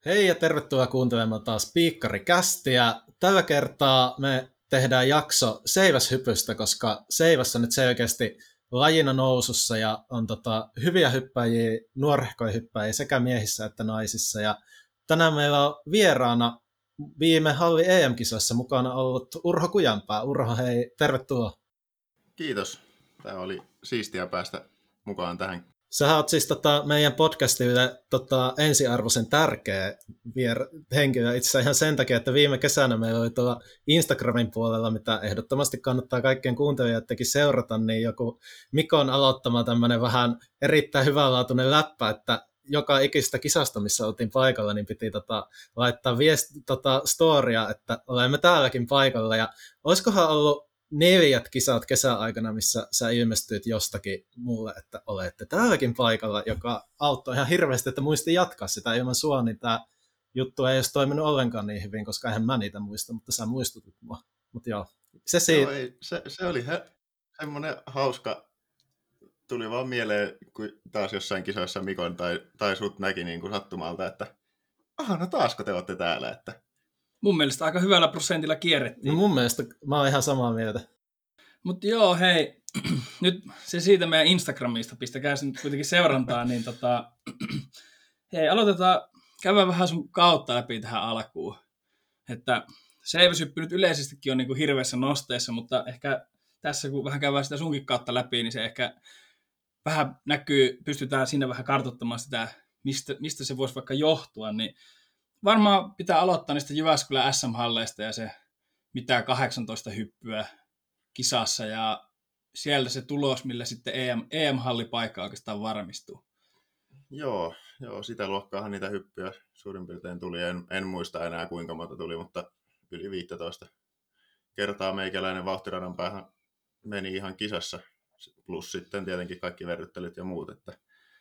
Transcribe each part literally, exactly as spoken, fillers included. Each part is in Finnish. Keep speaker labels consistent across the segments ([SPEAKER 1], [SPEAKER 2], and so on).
[SPEAKER 1] Hei ja tervetuloa kuuntelemaan taas Piikkarikästiä. Tällä kertaa me tehdään jakso seiväshypystä, koska seiväs on nyt selkeästi lajina nousussa ja on tota hyviä hyppäjiä, nuorehkoja hyppäjiä sekä miehissä että naisissa. Ja tänään meillä on vieraana viime Halli E M-kisoissa mukana ollut Urho Kujanpää. Urho, hei, tervetuloa.
[SPEAKER 2] Kiitos. Tämä oli siistiä päästä mukaan tähän.
[SPEAKER 1] Sä oot siis tota, meidän podcastille tota, ensiarvoisen tärkeä vier- henkilö itse asiassa ihan sen takia, että viime kesänä meillä oli tuolla Instagramin puolella, mitä ehdottomasti kannattaa kaikkien kuuntelijoidenkin seurata, niin joku Mikon aloittama tämmöinen vähän erittäin hyvänlaatuinen läppä, että joka ikistä kisasta, missä oltiin paikalla, niin piti tota, laittaa viesti, tota, storia, että olemme täälläkin paikalla, ja olisikohan ollut neljät kisat kesäaikana, missä sä ilmestyit jostakin mulle, että olette täälläkin paikalla, joka auttoi ihan hirveästi, että muistin jatkaa sitä ilman sua, niin tämä juttu ei olisi toiminut ollenkaan niin hyvin, koska eihän mä niitä muista, mutta sä muistutit mua. Mut joo, se siitä.
[SPEAKER 2] Joo, ei, se, se oli he, semmoinen hauska, tuli vaan mieleen, kun taas jossain kisoissa Mikon tai, tai sut näki niin kuin sattumalta, että aha, no taasko te olette täällä, että
[SPEAKER 3] mun mielestä aika hyvällä prosentilla kierrettiin.
[SPEAKER 1] No mun mielestä mä oon ihan samaa mieltä.
[SPEAKER 3] Mutta joo, hei, nyt se siitä meidän Instagramista, pistäkää se nyt kuitenkin seurantaa, niin tota, hei, aloitetaan, käydään vähän sun kautta läpi tähän alkuun. Että seiväshyppy nyt yleisestikin on niin kuin hirveässä nosteessa, mutta ehkä tässä kun vähän käydään sitä sunkin kautta läpi, niin se ehkä vähän näkyy, pystytään siinä vähän kartoittamaan sitä, mistä, mistä se voisi vaikka johtua, niin varmaan pitää aloittaa niistä Jyväskylän S M-halleista ja se mitä kahdeksantoista hyppyä kisassa ja sieltä se tulos, millä sitten E M, E M-hallipaikka oikeastaan varmistuu.
[SPEAKER 2] Joo, joo, sitä luokkaahan niitä hyppyjä suurin piirtein tuli. En, en muista enää kuinka monta tuli, mutta yli viisitoista kertaa meikäläinen vauhtiradan päähän meni ihan kisassa. Plus sitten tietenkin kaikki verryttelyt ja muut. Että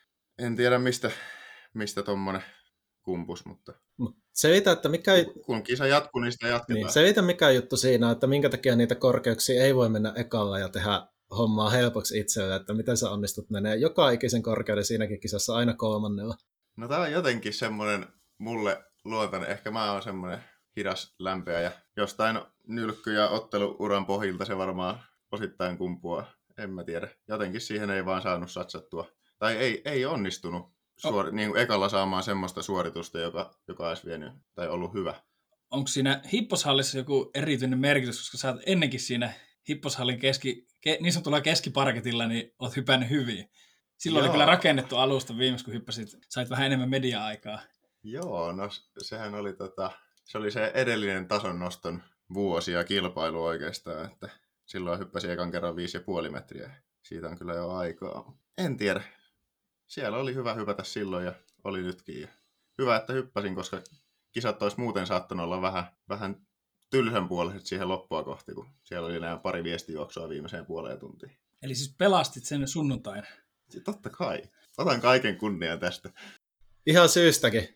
[SPEAKER 2] en tiedä mistä, mistä tommonen kumpus, mutta
[SPEAKER 1] Selitä, että mikä...
[SPEAKER 2] kun kisa jatkuu, niin sitä jatketaan.
[SPEAKER 1] Niin, selitä mikä juttu siinä, että minkä takia niitä korkeuksia ei voi mennä ekalla ja tehdä hommaa helpoksi itselle, että miten sä onnistut menee joka ikisen korkeuden siinäkin kisassa aina kolmannella.
[SPEAKER 2] No tää on jotenkin semmoinen mulle luontainen, ehkä mä oon semmoinen hidas lämpeä ja jostain nylkky- ja otteluuran pohjilta se varmaan osittain kumpuaa, en mä tiedä. Jotenkin siihen ei vaan saanut satsattua, tai ei, ei onnistunut. Suori, niin kuin ekalla saamaan semmoista suoritusta, joka, joka olisi vienyt tai ollut hyvä.
[SPEAKER 3] Onko siinä hipposhallissa joku erityinen merkitys, koska sä oot ennenkin siinä hipposhallin keski, ke, niin sanotulla keskiparketilla, niin oot hypännyt hyvin. Silloin Joo. oli kyllä rakennettu alusta viimeksi, kun hyppäsit, sait vähän enemmän media-aikaa.
[SPEAKER 2] Joo, no sehän oli, tota, se oli se edellinen tason noston vuosi ja kilpailu oikeastaan, että silloin hyppäsin ekan kerran viisi ja puoli metriä. Siitä on kyllä jo aikaa. En tiedä. Siellä oli hyvä hypätä silloin ja oli nytkin. Ja hyvä, että hyppäsin, koska kisat olisi muuten saattanut olla vähän, vähän tylsän puoliset siihen loppua kohti, kun siellä oli nämä pari viestijuoksua viimeiseen puoleen tuntiin.
[SPEAKER 3] Eli siis pelastit sen sunnuntaina?
[SPEAKER 2] Totta kai. Otan kaiken kunnian tästä.
[SPEAKER 1] Ihan syystäkin.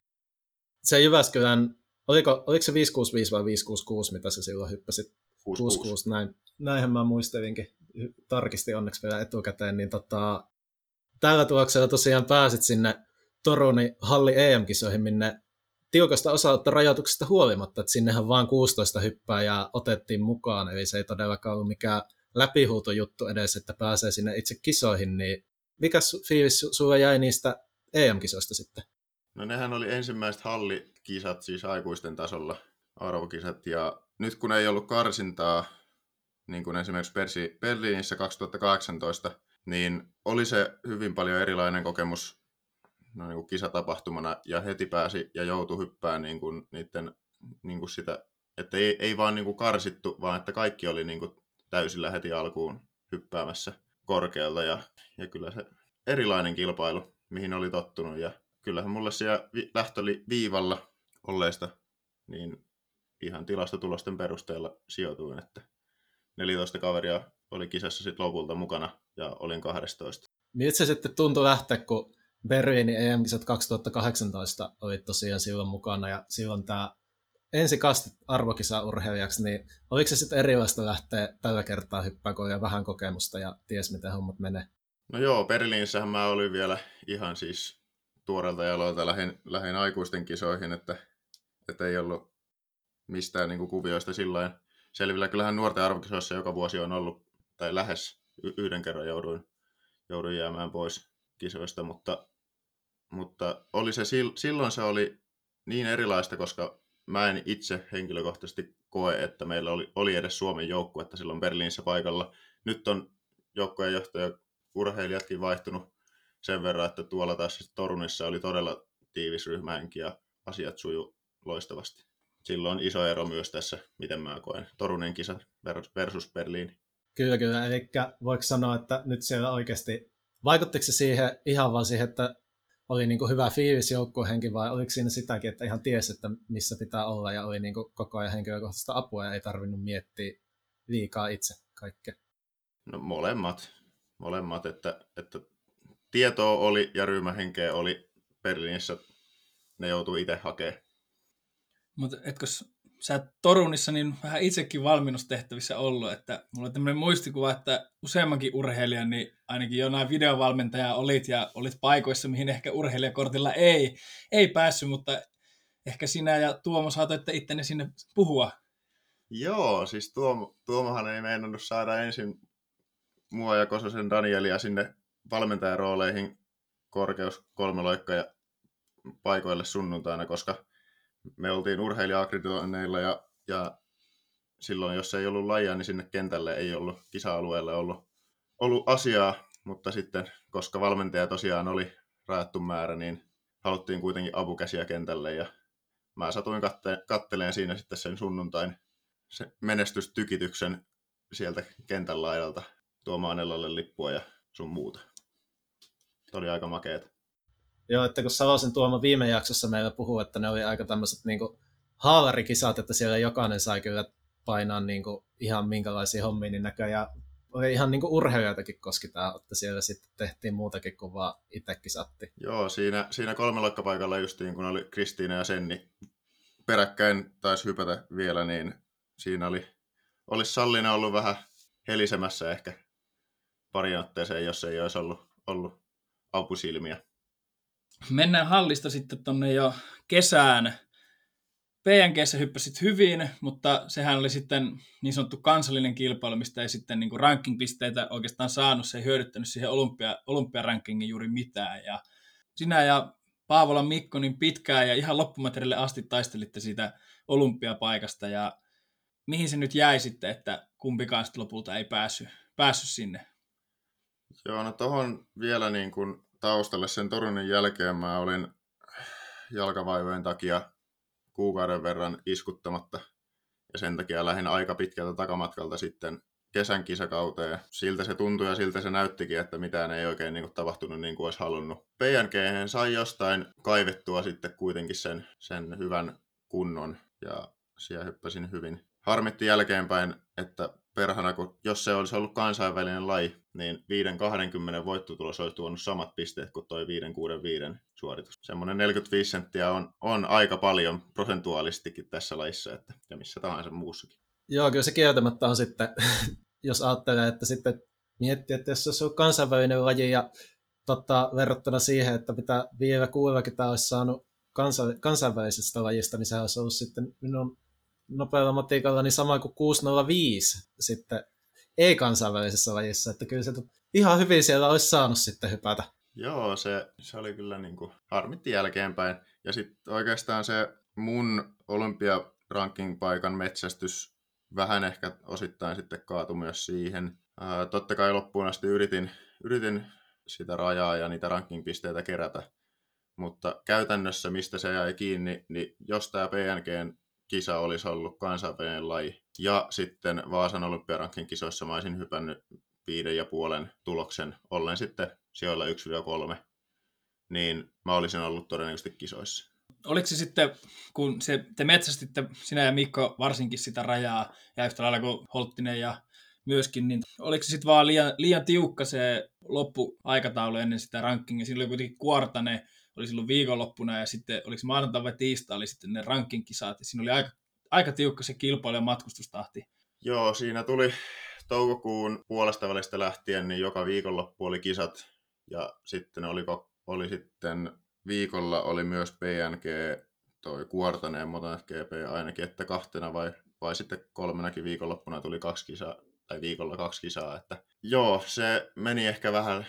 [SPEAKER 1] Se Jyväskylän, oliko, oliko se viisi kuusi viisi vai viisi kuusi kuusi, mitä sä silloin hyppäsit?
[SPEAKER 2] kuusi kuusi.
[SPEAKER 1] Näin. Näinhän mä muistelinkin. Tarkistin onneksi vielä etukäteen, niin tota... Tällä tuloksella tosiaan pääsit sinne Torunin Halli E M-kisoihin, minne tiukasta osa-rajoituksesta huolimatta, että sinnehän vaan kuusitoista hyppääjää otettiin mukaan, eli se ei todellakaan ollut mikään läpihuutojuttu edes, että pääsee sinne itse kisoihin, niin mikä fiilis sulla jäi niistä E M-kisoista sitten?
[SPEAKER 2] No nehän oli ensimmäiset hallikisat, siis aikuisten tasolla arvokisat, ja nyt kun ei ollut karsintaa, niin kuin esimerkiksi Berliinissä kaksituhattakahdeksantoista, niin oli se hyvin paljon erilainen kokemus no, niin kuin kisatapahtumana, ja heti pääsi ja joutui hyppään niin kuin niiden, niin kuin sitä, että ei, ei vaan niin kuin karsittu, vaan että kaikki oli niin kuin täysillä heti alkuun hyppäämässä korkealta, ja, ja kyllä se erilainen kilpailu, mihin oli tottunut, ja kyllähän mulle siellä lähtöviivalla olleista, niin ihan tilastotulosten perusteella sijoituin, että neljätoista kaveria oli kisassa sitten lopulta mukana ja olin kaksitoista.
[SPEAKER 1] Miltä se sitten tuntui lähteä, kun Berliinin E M-kisat kaksituhattakahdeksantoista oli tosiaan silloin mukana ja silloin tämä ensikastit arvokisaurheilijaksi, niin oliko se sitten erilaista lähteä tällä kertaa hyppää, kun oli vähän kokemusta ja ties miten hommat menee?
[SPEAKER 2] No joo, Berliinissähän mä olin vielä ihan siis tuoreelta jaloilta lähin, lähin aikuisten kisoihin, että, että ei ollut mistään niin kuin kuvioista sillain selvillä. Kyllähän nuorten arvokisoissa joka vuosi on ollut, tai lähes y- yhden kerran jouduin, jouduin jäämään pois kisoista, mutta, mutta oli se, silloin se oli niin erilaista, koska mä en itse henkilökohtaisesti koe, että meillä oli, oli edes Suomen joukkuetta silloin Berliinissä paikalla. Nyt on joukkueen johtaja urheilijatkin vaihtunut sen verran, että tuolla taas Torunissa oli todella tiivis ryhmähenki ja asiat suju loistavasti. Silloin on iso ero myös tässä, miten mä koen, Torunen kisa versus Berliini.
[SPEAKER 1] Kyllä, kyllä. Eli voiko sanoa, että nyt siellä oikeasti, vaikuttiko se siihen ihan vaan siihen, että oli niin kuin hyvä fiilis joukkuehenki, vai oliko siinä sitäkin, että ihan tiesi, että missä pitää olla ja oli niin kuin koko ajan henkilökohtaista apua ja ei tarvinnut miettiä liikaa itse kaikkea?
[SPEAKER 2] No molemmat, molemmat että, että tietoa oli ja ryhmähenkeä oli Berliinissä, ne joutuu itse hakemaan.
[SPEAKER 3] Mutta etkö sä et Torunissa niin vähän itsekin valmennustehtävissä ollut, että mulla on tämmöinen muistikuva, että useammankin urheilijan, niin ainakin jonain videovalmentaja olit ja olit paikoissa, mihin ehkä urheilijakortilla ei, ei päässyt, mutta ehkä sinä ja Tuomo saatoitte ittenne sinne puhua.
[SPEAKER 2] Joo, siis Tuomo, Tuomohan ei meinannut saada ensin mua ja Kososen Danielia sinne valmentajarooleihin korkeus kolmeloikka ja paikoille sunnuntaina, koska me oltiin urheilija-akkreditoinneilla ja, ja silloin, jos ei ollut lajia, niin sinne kentälle ei ollut kisa-alueelle ollut, ollut asiaa, mutta sitten, koska valmentaja tosiaan oli rajattu määrä, niin haluttiin kuitenkin apukäsiä kentälle ja mä satuin katte- katteleen siinä sitten sen sunnuntain se menestystykityksen sieltä kentän laidalta tuomaan Elalle lippua ja sun muuta. Tämä oli aika makeeta.
[SPEAKER 1] Joo, että kun Salosen Tuomo viime jaksossa meillä puhui, että ne oli aika tämmöiset niinku haalarikisat, että siellä jokainen sai kyllä painaa niinku ihan minkälaisia hommia, niin näköjään oli ihan niinku urheilijoitakin koski tämä, että siellä sitten tehtiin muutakin kuin vaan itse kisatti.
[SPEAKER 2] Joo, siinä, siinä kolmeloikkapaikalla justiin, kun oli Kristiina ja Senni peräkkäin taisi hypätä vielä, niin siinä oli, olisi Sallina ollut vähän helisemässä ehkä pari otteeseen, jos ei olisi ollut, ollut apusilmiä.
[SPEAKER 3] Mennään hallista sitten tonne jo kesään. P N G:ssä hyppäsit hyvin, mutta sehän oli sitten niin sanottu kansallinen kilpailu, mistä ei sitten niin kuin ranking-pisteitä oikeastaan saanut. Se ei hyödyttänyt siihen olympia, olympiarankingin juuri mitään. Ja sinä ja Paavola Mikko niin pitkään ja ihan loppumateriaalille asti taistelitte siitä olympiapaikasta. Ja mihin se nyt jäi sitten, että kumpikaan sitten lopulta ei päässyt, päässyt sinne?
[SPEAKER 2] Joo, no tohon vielä niin kuin taustalle sen Torunin jälkeen mä olin jalkavaivojen takia kuukauden verran iskuttamatta ja sen takia lähdin aika pitkältä takamatkalta sitten kesän kisakauteen. Siltä se tuntui ja siltä se näyttikin, että mitään ei oikein niin kuin tapahtunut niin kuin olisi halunnut. P N G sai jostain kaivettua sitten kuitenkin sen, sen hyvän kunnon ja siellä hyppäsin hyvin. Harmitti jälkeenpäin, että perhana, kun jos se olisi ollut kansainvälinen laji, niin viisi kaksikymmentä voittotulos olisi tuonut samat pisteet kuin toi viisi kuusi viisi suoritus. Semmoinen neljäkymmentäviisi senttiä on, on aika paljon prosentuaalistikin tässä lajissa, että, ja missä tahansa muussakin.
[SPEAKER 1] Joo, kyllä se kieltämättä on sitten, jos ajattelee, että sitten miettii, että jos se olisi ollut kansainvälinen laji ja tota, verrattuna siihen, että mitä viime kuusikymmentä olisi saanut kansa, kansainvälisestä lajista, niin se olisi ollut sitten minun nopealla matikalla niin sama kuin kuusi nolla viisi sitten ei-kansainvälisessä lajissa, että kyllä se ihan hyvin siellä olisi saanut sitten hypätä.
[SPEAKER 2] Joo, se, se oli kyllä niin kuin harmitti jälkeenpäin. Ja sitten oikeastaan se mun olympiaranking-paikan metsästys vähän ehkä osittain sitten kaatui myös siihen. Ää, totta kai loppuun asti yritin, yritin sitä rajaa ja niitä ranking-pisteitä kerätä, mutta käytännössä mistä se jäi kiinni, niin jos tämä P N G:n kisa olisi ollut kansainvälinen laji ja sitten Vaasan olympiarankin kisoissa mä olisin hypännyt viiden ja puolen tuloksen ollen sitten sijoilla yksi kolme, niin mä olisin ollut todennäköisesti kisoissa.
[SPEAKER 3] Oliko se sitten, kun se, te metsästitte, sinä ja Mikko varsinkin sitä rajaa, ja yhtä lailla kuin Holttinen ja myöskin, niin oliko se sitten vaan liian, liian tiukka se loppuaikataulu ennen sitä rankingia? Siinä oli kuitenkin Kuortane, oli silloin viikonloppuna, ja sitten oliko maanantai vai tiistai, oli sitten ne ranking-kisat, ja siinä oli aika, aika tiukka se kilpailu ja matkustustahti.
[SPEAKER 2] Joo, siinä tuli toukokuun puolesta välistä lähtien, niin joka viikonloppu oli kisat, ja sitten oli, oli sitten viikolla oli myös P N G, toi Kuortanen ja Motonet G P ainakin, että kahtena vai, vai sitten kolmenakin viikonloppuna tuli kaksi kisaa, tai viikolla kaksi kisaa, että joo, se meni ehkä vähän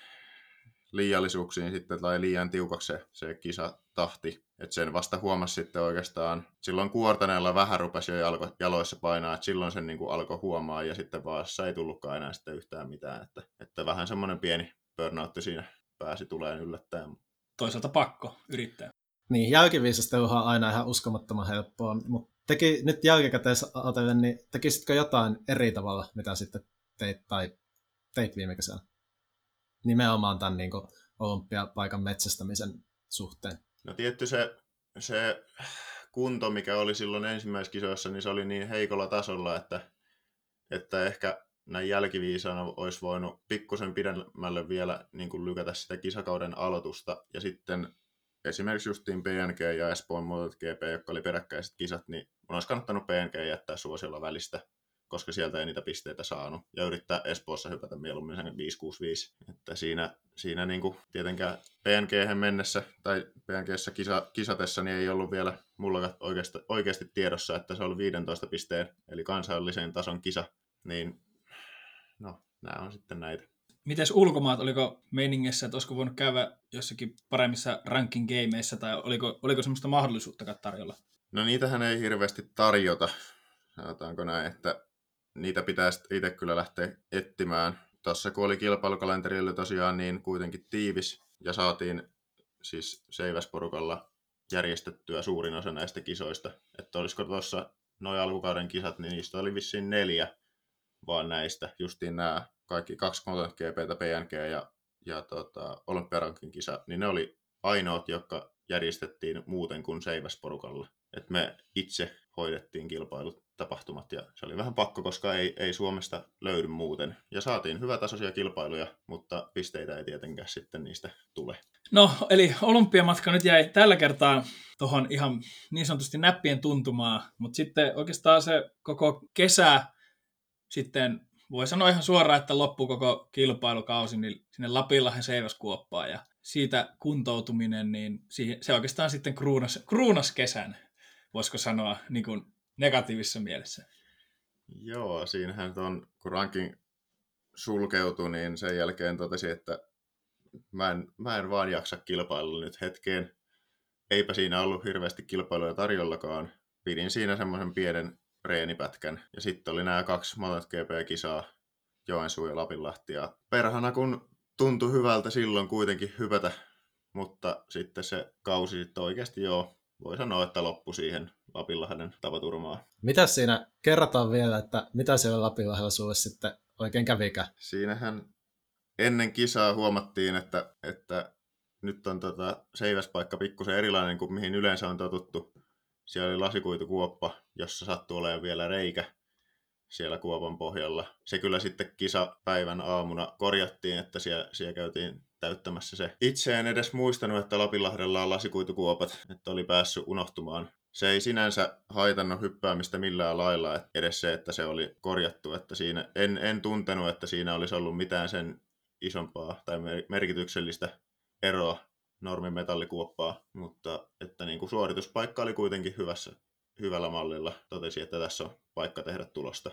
[SPEAKER 2] liiallisuuksiin sitten, tai liian tiukaksi se, se kisatahti, että sen vasta huomasi sitten oikeastaan, silloin Kuortaneella vähän rupesi jo jalko, jaloissa painaa, että silloin sen niin kuin alkoi huomaa, ja sitten Vaasassa ei tullutkaan enää sitten yhtään mitään, että, että vähän semmoinen pieni burnoutti siinä pääsi tulemaan yllättäen.
[SPEAKER 3] Toisaalta pakko yrittää.
[SPEAKER 1] Niin, jälkiviisastelu on aina ihan uskomattoman helppoa, mutta teki, nyt jälkikäteen ajatellen, niin tekisitkö jotain eri tavalla, mitä sitten teit tai teit viime kesänä? Nimenomaan tämän niin kuin olympiapaikan metsästämisen suhteen.
[SPEAKER 2] No tietty se, se kunto, mikä oli silloin ensimmäisessä kisoissa, niin se oli niin heikolla tasolla, että, että ehkä näin jälkiviisaana olisi voinut pikkusen pidemmälle vielä niin kuin lykätä sitä kisakauden aloitusta. Ja sitten esimerkiksi justiin P N G ja Espoon Motonet G P, jotka oli peräkkäiset kisat, niin mun olisi kannattanut P N G jättää suosiolla välistä, koska sieltä ei niitä pisteitä saanut. Ja yrittää Espoossa hypätä mieluummin sen viisi kuusi viisi. Että siinä, siinä niin kuin tietenkään P N G:hen mennessä tai P N G:ssä kisa, kisatessa niin ei ollut vielä mulla oikeasti, oikeasti tiedossa, että se oli viisitoista pisteen, eli kansainvälisen tason kisa. Niin no, nämä on sitten näitä.
[SPEAKER 3] Mites ulkomaat, oliko meiningissä, että olisiko voinut käydä jossakin paremmissa ranking-gameissa, tai oliko, oliko semmoista mahdollisuutta tarjolla?
[SPEAKER 2] No niitähän ei hirveästi tarjota, sanotaanko näin, että niitä pitää itse kyllä lähteä etsimään. Tuossa kun oli kilpailukalenterilla tosiaan niin kuitenkin tiivis, ja saatiin siis Seiväsporukalla järjestettyä suurin osa näistä kisoista. Että olisiko tuossa noin alkukauden kisat, niin niistä oli vissiin neljä vaan näistä, justiin nämä kaikki kaksi Motonet G P:tä, P N G ja, ja tota, Olympiarankin kisa, niin ne oli ainoat, jotka järjestettiin muuten kuin Seiväsporukalla. Et me itse hoidettiin kilpailut, tapahtumat, ja se oli vähän pakko, koska ei, ei Suomesta löydy muuten. Ja saatiin hyvätasoisia kilpailuja, mutta pisteitä ei tietenkään sitten niistä tule.
[SPEAKER 3] No, eli olympiamatka nyt jäi tällä kertaa tuohon ihan niin sanotusti näppien tuntumaan, mutta sitten oikeastaan se koko kesä sitten voi sanoa ihan suoraan, että loppuu koko kilpailukausi niin sinne Lapinlahden Seiväskuoppaan ja siitä kuntoutuminen, niin se oikeastaan sitten kruunas, kruunas kesän, voisiko sanoa niin kuin negatiivisessa mielessä.
[SPEAKER 2] Joo, siinähän ton, kun ranking sulkeutui, niin sen jälkeen totesin, että mä en, mä en vaan jaksa kilpailla nyt hetkeen. Eipä siinä ollut hirveästi kilpailuja tarjollakaan. Pidin siinä semmoisen pienen reenipätkän. Ja sitten oli nämä kaksi Motonet G P-kisaa, Joensuu ja Lapinlahti. Ja perhana kun tuntui hyvältä silloin kuitenkin hypätä, mutta sitten se kausi sitten oikeasti joo, voi sanoa, että loppui siihen Lapinlahden tapaturmaan.
[SPEAKER 1] Mitäs siinä, kerrotaan vielä, että mitä siellä Lapinlahdella sulle sitten oikein kävikään?
[SPEAKER 2] Siinähän ennen kisaa huomattiin, että, että nyt on tota seiväspaikka pikkusen erilainen kuin mihin yleensä on totuttu. Siellä oli lasikuitukuoppa, jossa sattui olemaan vielä reikä siellä kuopan pohjalla. Se kyllä sitten kisapäivän aamuna korjattiin, että siellä, siellä käytiin täyttämässä se. Itse en edes muistanut, että Lapinlahdella on lasikuitukuopat, että oli päässyt unohtumaan. Se ei sinänsä haitannut hyppäämistä millään lailla, että edes se, että se oli korjattu. Että siinä, en, en tuntenut, että siinä olisi ollut mitään sen isompaa tai merkityksellistä eroa normimetallikuoppaa, mutta että niin kuin suorituspaikka oli kuitenkin hyvässä, hyvällä mallilla. Totesi, että tässä on paikka tehdä tulosta.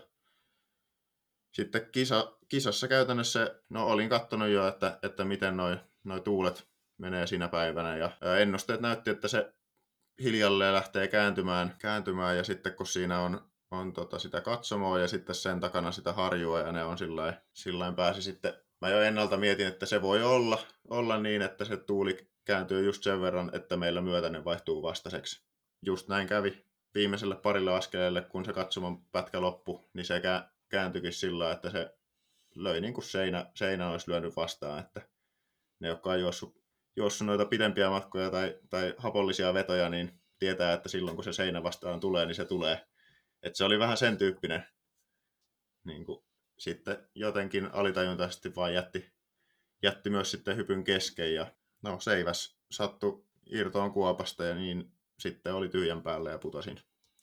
[SPEAKER 2] Sitten kisa, kisassa käytännössä, no olin katsonut jo, että, että miten noi, noi tuulet menee siinä päivänä, ja ennusteet näytti, että se hiljalleen lähtee kääntymään, kääntymään ja sitten kun siinä on, on tota sitä katsomoa ja sitten sen takana sitä harjua, ja ne on sillain, sillain pääsi sitten. Mä jo ennalta mietin, että se voi olla, olla niin, että se tuuli kääntyy just sen verran, että meillä myötäinen vaihtuu vastaiseksi. Just näin kävi viimeiselle parille askeleelle, kun se katsomon pätkä loppui, niin se kääntyikin sillä, että se löi niin kuin seinä, seinä olisi lyönyt vastaan. Että ne, jotka on juossut, juossut noita pidempiä matkoja tai, tai hapollisia vetoja, niin tietää, että silloin kun se seinä vastaan tulee, niin se tulee. Että se oli vähän sen tyyppinen. Niin kuin sitten jotenkin alitajuntaisesti vaan jätti, jätti myös sitten hypyn kesken. Ja no Seiväs sattui irtoon kuopasta ja niin sitten oli tyhjän päällä ja putosin.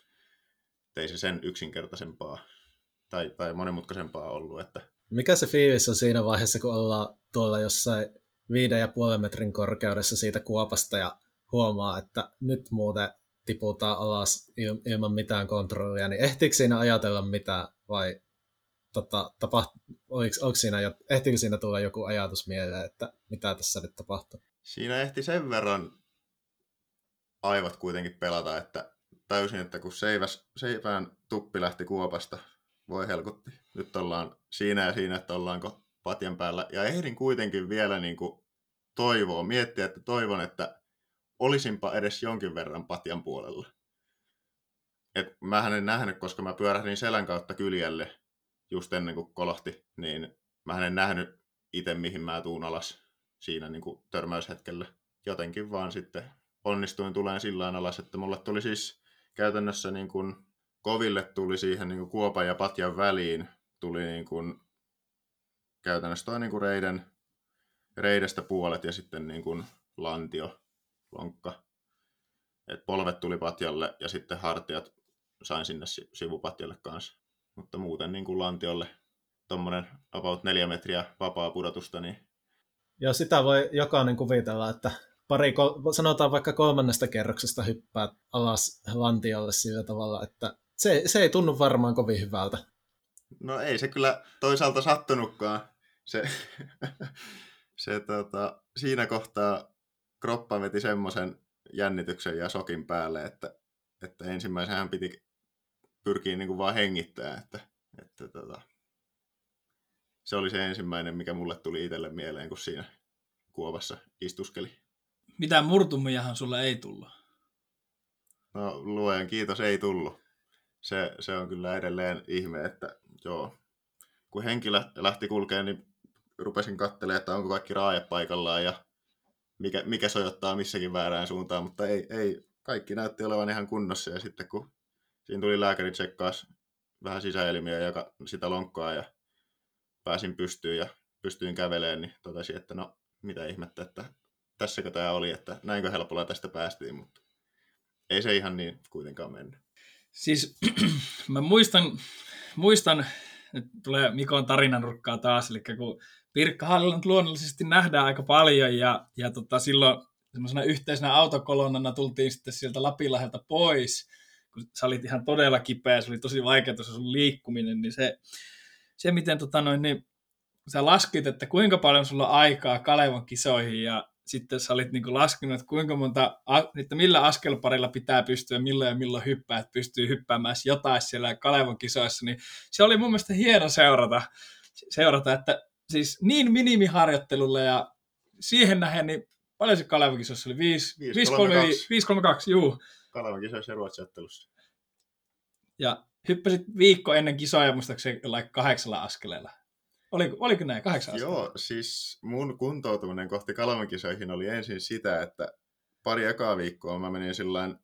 [SPEAKER 2] Ei se sen yksinkertaisempaa tai, tai monimutkaisempaa ollut. Että
[SPEAKER 1] mikä se fiilis on siinä vaiheessa, kun ollaan tuolla jossain viiden ja puolen metrin korkeudessa siitä kuopasta ja huomaa, että nyt muuten tiputaan alas ilman mitään kontrollia, niin ehtiikö siinä ajatella mitään vai tota, tapaht, oliko, oliko siinä, ehtiikö siinä tulla joku ajatus mieleen, että mitä tässä nyt tapahtuu?
[SPEAKER 2] Siinä ehti sen verran aivot kuitenkin pelata, että täysin, että kun seiväs, seipään tuppi lähti kuopasta, voi helkutti. Nyt ollaan siinä ja siinä, että ollaanko patjan päällä. Ja ehdin kuitenkin vielä niin kuin toivoa, miettiä, että toivon, että olisinpa edes jonkin verran patjan puolella. Et mähän en nähnyt, koska mä pyörähdin selän kautta kyljelle just ennen kuin kolahti, niin mähän en nähnyt itse, mihin mä tuun alas siinä niin kuin törmäyshetkellä. Jotenkin vaan sitten onnistuin tuleen sillä alas, että mulle tuli siis käytännössä niin kuin koville tuli siihen niin kuin kuopan ja patjan väliin, tuli niin kuin käytännössä toi niin kuin reiden, reidestä puolet ja sitten niin kuin lantio, lonkka. Et polvet tuli patjalle ja sitten hartiat sain sinne sivupatjalle kanssa. Mutta muuten niin kuin lantiolle tommonen about neljä metriä vapaa pudotusta. Niin...
[SPEAKER 1] Joo, sitä voi jokainen kuvitella, että pari, sanotaan vaikka kolmannesta kerroksesta hyppää alas lantiolle sillä tavalla, että se, se ei tunnu varmaan kovin hyvältä.
[SPEAKER 2] No ei se kyllä toisaalta sattunutkaan. Se, se tota, siinä kohtaa kroppa veti semmoisen jännityksen ja sokin päälle, että, että ensimmäisenä hän piti pyrkiä niin kuin vaan hengittämään. Että, että tota, se oli se ensimmäinen, mikä mulle tuli itselle mieleen, kun siinä kuopassa istuskeli.
[SPEAKER 3] Mitään murtumiahan sulle ei tullut?
[SPEAKER 2] No luojan kiitos, ei tullut. Se, se on kyllä edelleen ihme, että joo. Kun henki lähti kulkemaan, niin rupesin katselemaan, että onko kaikki raajat paikallaan ja mikä, mikä sojottaa missäkin väärään suuntaan, mutta ei, ei, kaikki näytti olevan ihan kunnossa. Ja sitten kun siinä tuli lääkäri tsekkaas vähän sisäelimiä ja sitä lonkkaa ja pääsin pystyyn ja pystyin kävelemään, niin totesin, että no mitä ihmettä, että tässäkö tämä oli, että näinkö helpolla tästä päästiin, mutta ei se ihan niin kuitenkaan mennyt.
[SPEAKER 3] Siis mä muistan, muistan, nyt tulee Mikon tarinanurkkaa taas, eli kun Pirkkahallilla luonnollisesti nähdään aika paljon, ja, ja tota, silloin semmoisena yhteisenä autokolonnana tultiin sitten sieltä Lapinlahdelta pois, kun sä olit ihan todella kipeä, se oli tosi vaikeaa se sun liikkuminen, niin se, se miten tota noin, niin sä laskit, että kuinka paljon sulla on aikaa Kalevon kisoihin, ja sitten sä olit niin laskenut, että kuinka monta, että millä askelparilla pitää pystyä, milloin ja milloin hyppää, että pystyy hyppäämään jotain siellä Kalevon kisoissa, niin se oli mun mielestä hieno seurata, seurata että siis niin minimiharjoittelulla ja siihen nähden, niin paljon se Kalevon kisoissa oli? viisi kolme kaksi, juu.
[SPEAKER 2] Kalevon kisoissa ja ruotsiottelussa.
[SPEAKER 3] Ja hyppäsit viikko ennen kisoja, muistaakseni jollain kahdeksalla askeleella. Oliko, oliko näin kahdeksan askelta?
[SPEAKER 2] Joo, siis mun kuntoutuminen kohti Kalevon kisoihin oli ensin sitä, että pari ekaa viikkoa mä menin sillain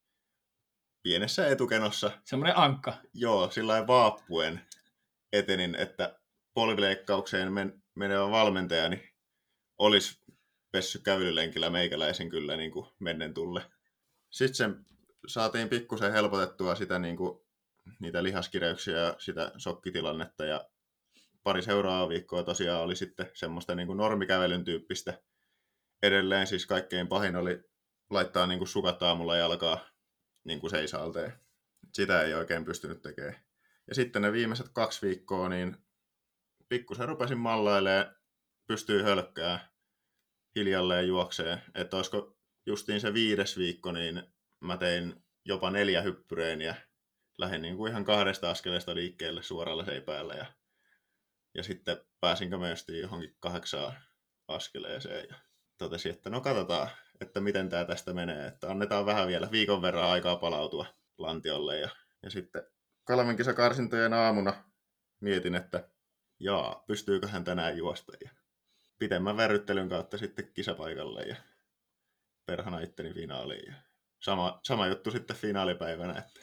[SPEAKER 2] pienessä etukenossa.
[SPEAKER 3] Semmoinen ankka.
[SPEAKER 2] Joo, sillain vaappuen etenin, että polvileikkaukseen men- menevä valmentajani olisi pessy kävelylenkillä meikäläisen kyllä niin kuin mennen tulle. Sitten sen saatiin pikkusen helpotettua sitä, niin kuin, niitä lihaskireyksiä ja sitä sokkitilannetta ja pari seuraavaa viikkoa tosiaan oli sitten semmoista niin kuin normikävelyn tyyppistä. Edelleen siis kaikkein pahin oli laittaa niin kuin sukat aamulla jalkaa niin kuin seisaalteen. Sitä ei oikein pystynyt tekemään. Ja sitten ne viimeiset kaksi viikkoa, niin pikkusen rupesin mallailemaan, pystyy hölkkää, hiljalleen juokseen. Että olisiko justiin se viides viikko, niin mä tein jopa neljä hyppyreeniä. Lähdin niin kuin ihan kahdesta askeleesta liikkeelle suoralla seipäällä ja Ja sitten pääsinkö myös johonkin kahdeksaan askeleeseen ja totesin, että no katsotaan, että miten tämä tästä menee. Että annetaan vähän vielä viikon verran aikaa palautua lantiolle. Ja, ja sitten Kalevon kisakarsintojen aamuna mietin, että jaa, pystyyköhän tänään juosta. Ja pitemmän verryttelyn kautta sitten kisapaikalle ja perhana itteni finaaliin. Ja sama, sama juttu sitten finaalipäivänä, että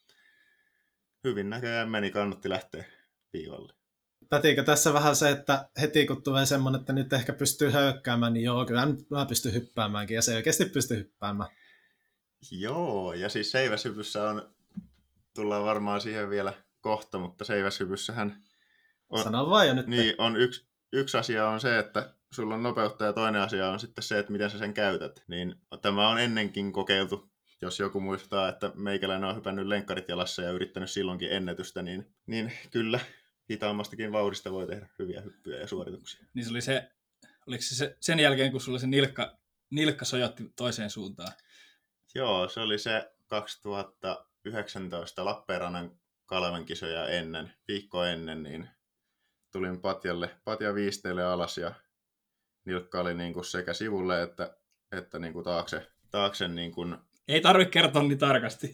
[SPEAKER 2] hyvin näköjään meni, kannatti lähteä viivalle.
[SPEAKER 1] Pätiikö tässä vähän se, että heti kun tulee semmoinen, että nyt ehkä pystyy höykkäämään, niin joo, kyllä mä pystyn hyppäämäänkin ja selkeästi pystyy hyppäämään.
[SPEAKER 2] Joo, ja siis seiväshypyssä on, tullaan varmaan siihen vielä kohta, mutta seiväshypyssähän on,
[SPEAKER 1] Sano vaan jo nyt.
[SPEAKER 2] Niin, on yksi, yksi asia on se, että sulla on nopeutta ja toinen asia on sitten se, että miten sä sen käytät. Niin tämä on ennenkin kokeiltu. Jos joku muistaa, että meikäläinen on hypännyt lenkkarit jalassa ja yrittänyt silloinkin ennätystä, niin, niin kyllä hitaammastakin vauhdista voi tehdä hyviä hyppyjä ja suorituksia.
[SPEAKER 3] Niin se oli se, oliko se, se sen jälkeen, kun sulla se nilkka, nilkka sojotti toiseen suuntaan?
[SPEAKER 2] Joo, se oli se kaksituhattayhdeksäntoista Lappeenrannan Kalevan kisoja ennen, viikko ennen, niin tulin patjalle, patja viisteille alas ja nilkka oli niin kuin sekä sivulle että, että niin kuin taakse, taakse niin kuin
[SPEAKER 3] ei tarvitse kertoa niin tarkasti.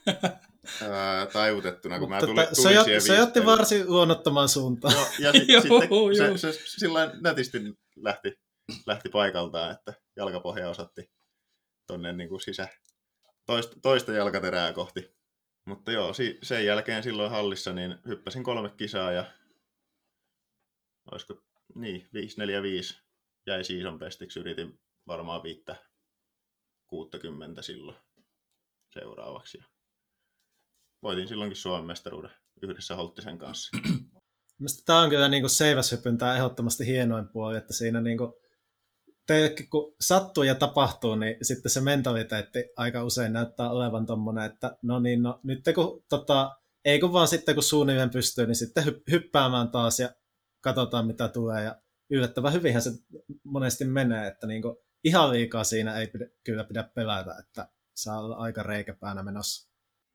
[SPEAKER 2] Ää, taivutettuna, kun mä
[SPEAKER 1] Mutta
[SPEAKER 2] tulin,
[SPEAKER 1] se
[SPEAKER 2] tulin
[SPEAKER 1] jo-
[SPEAKER 2] siihen
[SPEAKER 1] Se jotti
[SPEAKER 2] viisteelle.
[SPEAKER 1] varsin luonnottomaan suuntaan.
[SPEAKER 2] No, ja sit,
[SPEAKER 3] Joo,
[SPEAKER 2] sitten
[SPEAKER 3] joo.
[SPEAKER 2] se, se sillä nätisti lähti, lähti paikaltaan, että jalkapohja osoitti tonne niin kuin sisä, toista, toista jalkaterää kohti. Mutta joo, si, sen jälkeen silloin hallissa niin hyppäsin kolme kisaa ja olisiko niin, viisi neljä viisi jäi season bestiksi, yritin varmaan viittä kuuttakymmentä silloin seuraavaksi. Ja voitin silloinkin Suomen mestaruuden yhdessä Holttisen kanssa.
[SPEAKER 1] Mielestäni tämä on kyllä niin kuin seiväshypyn tämä ehdottomasti hienoin puoli, että siinä niin kuin teillekin kun sattuu ja tapahtuu, niin sitten se mentaliteetti aika usein näyttää olevan tommonen, että no niin, no nyt kun tota, ei kun vaan sitten kun suunnilleen pystyy, niin sitten hy- hyppäämään taas ja katsotaan mitä tulee ja yllättävän hyvinhän se monesti menee, että niin kuin ihan liikaa siinä ei pidä, kyllä pidä pelätä, että saa olla aika reikäpäänä menossa.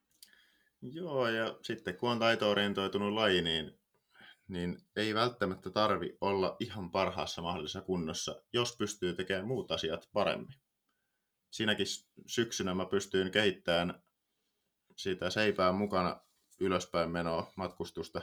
[SPEAKER 2] Joo, ja sitten kun on taito-orientoitunut laji, niin, niin ei välttämättä tarvi olla ihan parhaassa mahdollisessa kunnossa, jos pystyy tekemään muut asiat paremmin. Siinäkin syksynä mä pystyin kehittämään sitä seipää mukana ylöspäin menoa, matkustusta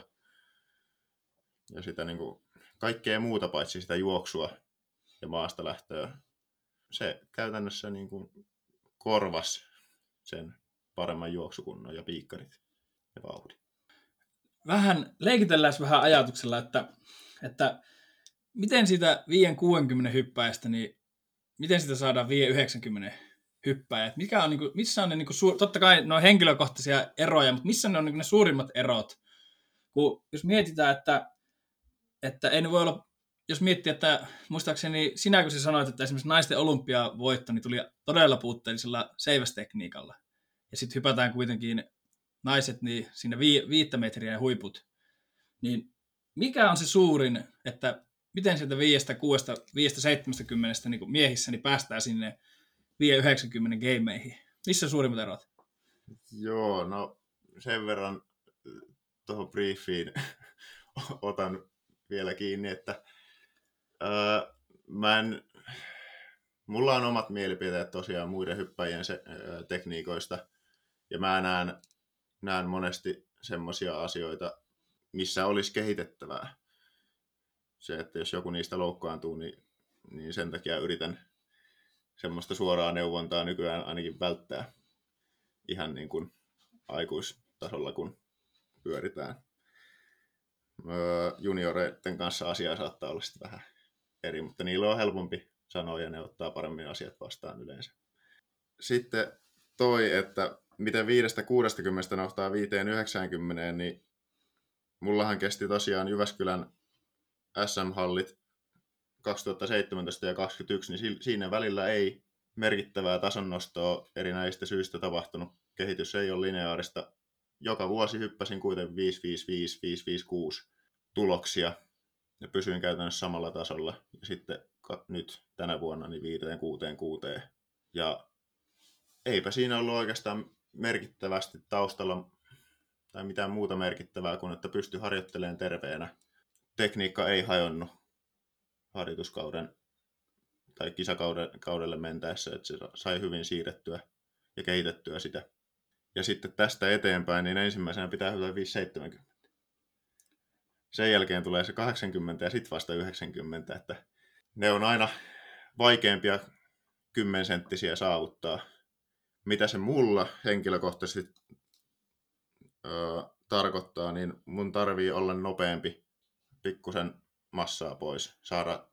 [SPEAKER 2] ja sitä niin kuin kaikkea muuta paitsi sitä juoksua ja maasta lähtöä. Se käytännössä niin kuin korvasi sen paremman juoksukunnon ja piikkarit ja vauhdin.
[SPEAKER 3] Vähän leikitellään vähän ajatuksella, että, että miten siitä viisi kuusikymmentä hyppäjästä, niin miten sitä saadaan viisi yhdeksänkymmentä hyppäjät? Mikä on, niin kuin, missä on ne, niin kuin, suur... totta kai ne on henkilökohtaisia eroja, mutta missä ne on niin kuin, ne suurimmat erot? Kun, jos mietitään, että, että ei ne voi olla, jos miettii, että muistaakseni sinä kun sä sanoit, että esimerkiksi naisten olympiavoitto niin tuli todella puutteellisella seivästekniikalla. Ja sitten hypätään kuitenkin naiset niin sinne vi- viittä metriä ja huiput. Niin mikä on se suurin, että miten sieltä viidestä, kuudesta, viidestä, seitsemästäkymmenestä niin miehissä niin päästään sinne viisi yhdeksänkymmentä gameihin? Missä on suurimmat erot?
[SPEAKER 2] Joo, no sen verran tuohon briefiin otan vielä kiinni, että ää, mä en, mulla on omat mielipiteet tosiaan muiden hyppäjien se, ää, tekniikoista, ja mä näen, näen monesti semmoisia asioita, missä olisi kehitettävää. Se, että jos joku niistä loukkaantuu, niin, niin sen takia yritän semmoista suoraa neuvontaa nykyään ainakin välttää ihan niin kuin aikuistasolla, kun pyöritään. Junioreiden kanssa asia saattaa olla sitten vähän eri, mutta niillä on helpompi sanoa ja ne ottaa paremmin asiat vastaan yleensä. Sitten toi, että miten viidestä kuudestakymmenestä nostaa viiteen yhdeksäänkymmeneen, niin mullahan kesti tosiaan Jyväskylän S M-hallit kaksituhattaseitsemäntoista ja kaksituhattakaksikymmentäyksi, niin siinä välillä ei merkittävää tasonnostoa erinäisistä syistä tapahtunut. Kehitys ei ole lineaarista. Joka vuosi hyppäsin kuitenkin viisi viisi viisi, viisi viisi kuusi tuloksia ja pysyin käytännössä samalla tasolla. Ja sitten nyt tänä vuonna niin viisi kuusi kuusi. Ja eipä siinä ollut oikeastaan merkittävästi taustalla tai mitään muuta merkittävää kuin, että pystyi harjoittelemaan terveenä. Tekniikka ei hajonnut harjoituskauden tai kisakaudelle mentäessä, että se sai hyvin siirrettyä ja kehitettyä sitä. Ja sitten tästä eteenpäin, niin ensimmäisenä pitää hypätä viisi seitsemänkymmentä. Sen jälkeen tulee se kahdeksankymmentä ja sitten vasta yhdeksänkymmentä, että ne on aina vaikeampia kymmensenttisiä saavuttaa. Mitä se mulla henkilökohtaisesti öö, tarkoittaa, niin mun tarvii olla nopeampi, pikkusen massaa pois, saada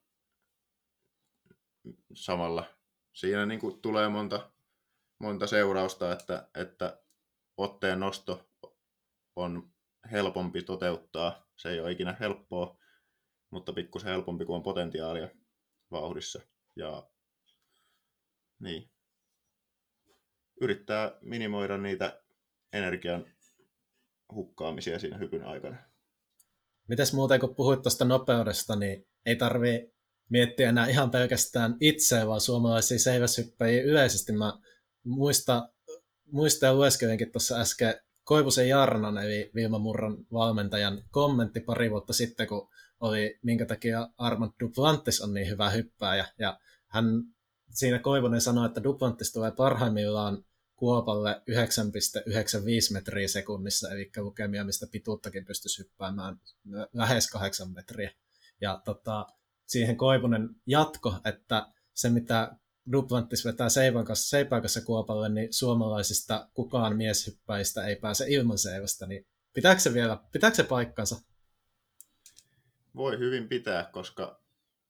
[SPEAKER 2] samalla. Siinä niin kuin tulee monta, monta seurausta, että, että otteen nosto on helpompi toteuttaa. Se ei ole ikinä helppoa, mutta pikkusen helpompi kuin on potentiaalia. vauhdissa. Ja niin. Yrittää minimoida niitä energian hukkaamisia siinä hypyn aikana.
[SPEAKER 1] Mites muuten, kun puhuit tuosta nopeudesta, niin ei tarvii miettiä enää ihan pelkästään itseä, vaan suomalaisia seiväshyppäjiä yleisesti. Mä muistan, muistan ja lueskelinkin tuossa äsken Koivusen Jarnon, eli Vilma Murron valmentajan kommentti pari vuotta sitten, kun oli, minkä takia Armand Duplantis on niin hyvä hyppääjä. Ja hän siinä Koivunen sanoi, että Duplantis tulee parhaimmillaan Kuopalle yhdeksän pilkku yhdeksänkymmentäviisi metriä sekunnissa, eli lukemia, mistä pituuttakin pystyisi hyppäämään lähes kahdeksan metriä. Ja tota, siihen Koivunen jatko, että se mitä Duplantis vetää Seipään kanssa, Seipään kanssa Kuopalle, niin suomalaisista kukaan mieshyppäistä ei pääse ilman Seivästä, niin pitääkö se vielä, pitääkö se paikkansa?
[SPEAKER 2] Voi hyvin pitää, koska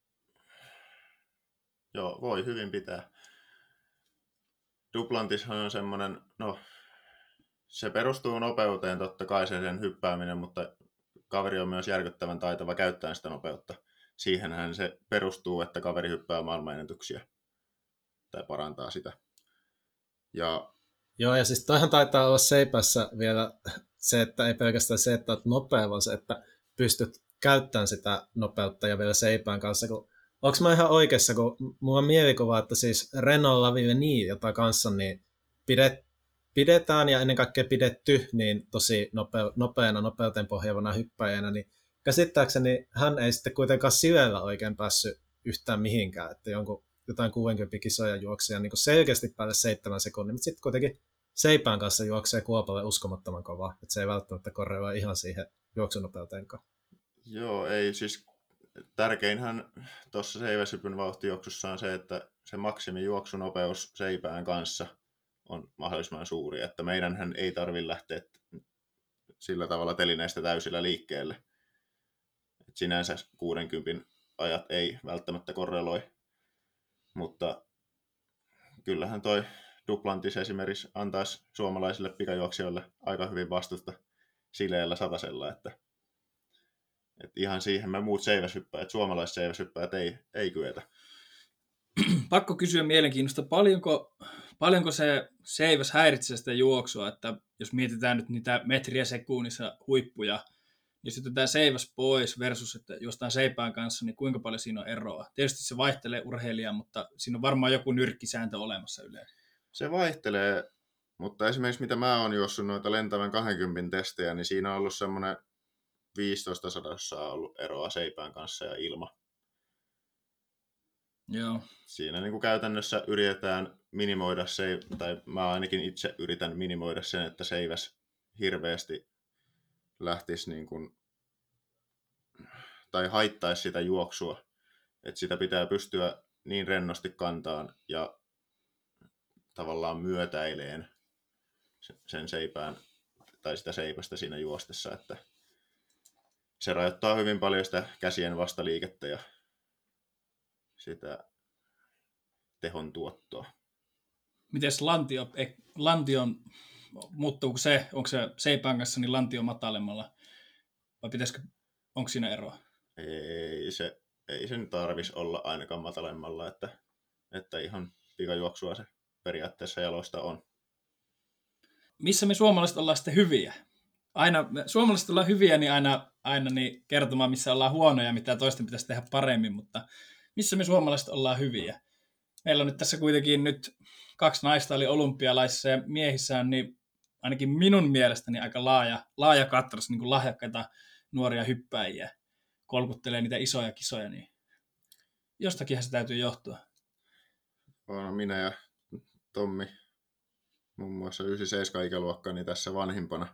[SPEAKER 2] joo, voi hyvin pitää. Duplantis on semmoinen, no se perustuu nopeuteen totta kai se sen hyppääminen, mutta kaveri on myös järkyttävän taitava käyttämään sitä nopeutta. Siihenhän se perustuu, että kaveri hyppää maailmanennätyksiä tai parantaa sitä. Ja
[SPEAKER 1] Joo, ja siis toihan taitaa olla Seipässä vielä se, että ei pelkästään se, että olet nopea, vaan se, että pystyt käyttämään sitä nopeutta ja vielä Seipään kanssa. Kun, onko mä ihan oikeassa, kun mulla on mielikuva, että siis Renault Lavillenie, jota kanssa niin pidet, pidetään ja ennen kaikkea pidetty niin tosi nope, nopeana, nopeuteen pohjaavana hyppäjänä, niin käsittääkseni hän ei sitten kuitenkaan sivellä oikein päässyt yhtään mihinkään, että jonkun jotain kuusikymmentä kisoja juoksia niin selkeästi päälle seitsemän sekunnin, mutta sitten kuitenkin Seipään kanssa juoksee Kuopalle uskomattoman kovaa, että se ei välttämättä korreloi ihan siihen juoksunopeuteenkaan.
[SPEAKER 2] Joo, ei siis tärkeinhän tuossa seiväshypyn vauhtijuoksussa on se, että se maksimijuoksunopeus Seipään kanssa on mahdollisimman suuri, että meidänhän ei tarvitse lähteä sillä tavalla telineistä täysillä liikkeelle. Et sinänsä kuudenkymmenen ajat ei välttämättä korreloi, mutta kyllähän toi Duplantis esimerkiksi antaisi suomalaisille pikajuoksijoille aika hyvin vastusta sileällä satasella, että, että ihan siihen me muut seiväshyppäjät, suomalaiset seiväshyppäjät ei, ei kyetä.
[SPEAKER 3] Pakko kysyä mielenkiinnosta, paljonko, paljonko se seiväs häiritsee sitä juoksua, että jos mietitään nyt niitä metriä sekunnissa huippuja, jos otetaan seiväs pois versus, että jostain Seipään kanssa, niin kuinka paljon siinä on eroa? Tietysti se vaihtelee urheilijaa, mutta siinä on varmaan joku nyrkkisääntö olemassa yleensä.
[SPEAKER 2] Se vaihtelee, mutta esimerkiksi mitä mä oon juossut noita lentävän kaksikymmentä testejä, niin siinä on ollut semmoinen viisitoista sadossa ollut eroa Seipään kanssa ja ilma.
[SPEAKER 3] Joo.
[SPEAKER 2] Siinä niin kuin käytännössä yritetään minimoida se, tai mä ainakin itse yritän minimoida sen, että seiväs hirveästi lähtisi niin kuin, tai haittaisi sitä juoksua. Että sitä pitää pystyä niin rennosti kantaan ja tavallaan myötäileen sen seipään tai sitä seipästä siinä juostessa, että se rajoittaa hyvin paljon sitä käsien vastaliikettä ja sitä tehon tuottoa.
[SPEAKER 3] Mites lantio, lantion, muuttuuko se, onko se seipään kanssa niin lantio matalemmalla vai pitäisikö, onko siinä eroa?
[SPEAKER 2] Ei se, ei sen tarvitsisi olla ainakaan matalemmalla, että, että ihan pikajuoksua se periaatteessa jaloista on.
[SPEAKER 3] Missä me suomalaiset ollaan sitten hyviä? Aina, me suomalaiset ollaan hyviä, niin aina, aina niin kertomaan, missä ollaan huonoja, mitä toisten pitäisi tehdä paremmin, mutta missä me suomalaiset ollaan hyviä? Meillä on nyt tässä kuitenkin nyt kaksi naista oli olympialaisissa ja miehissään, niin ainakin minun mielestäni aika laaja, laaja katras, niin kuin lahjakkaita nuoria hyppääjiä, kolkuttelee niitä isoja kisoja, niin jostakinhan se täytyy johtua.
[SPEAKER 2] On minä ja Tommi, muun muassa yhdeksänkymmentäseitsemän ikäluokka, niin tässä vanhimpana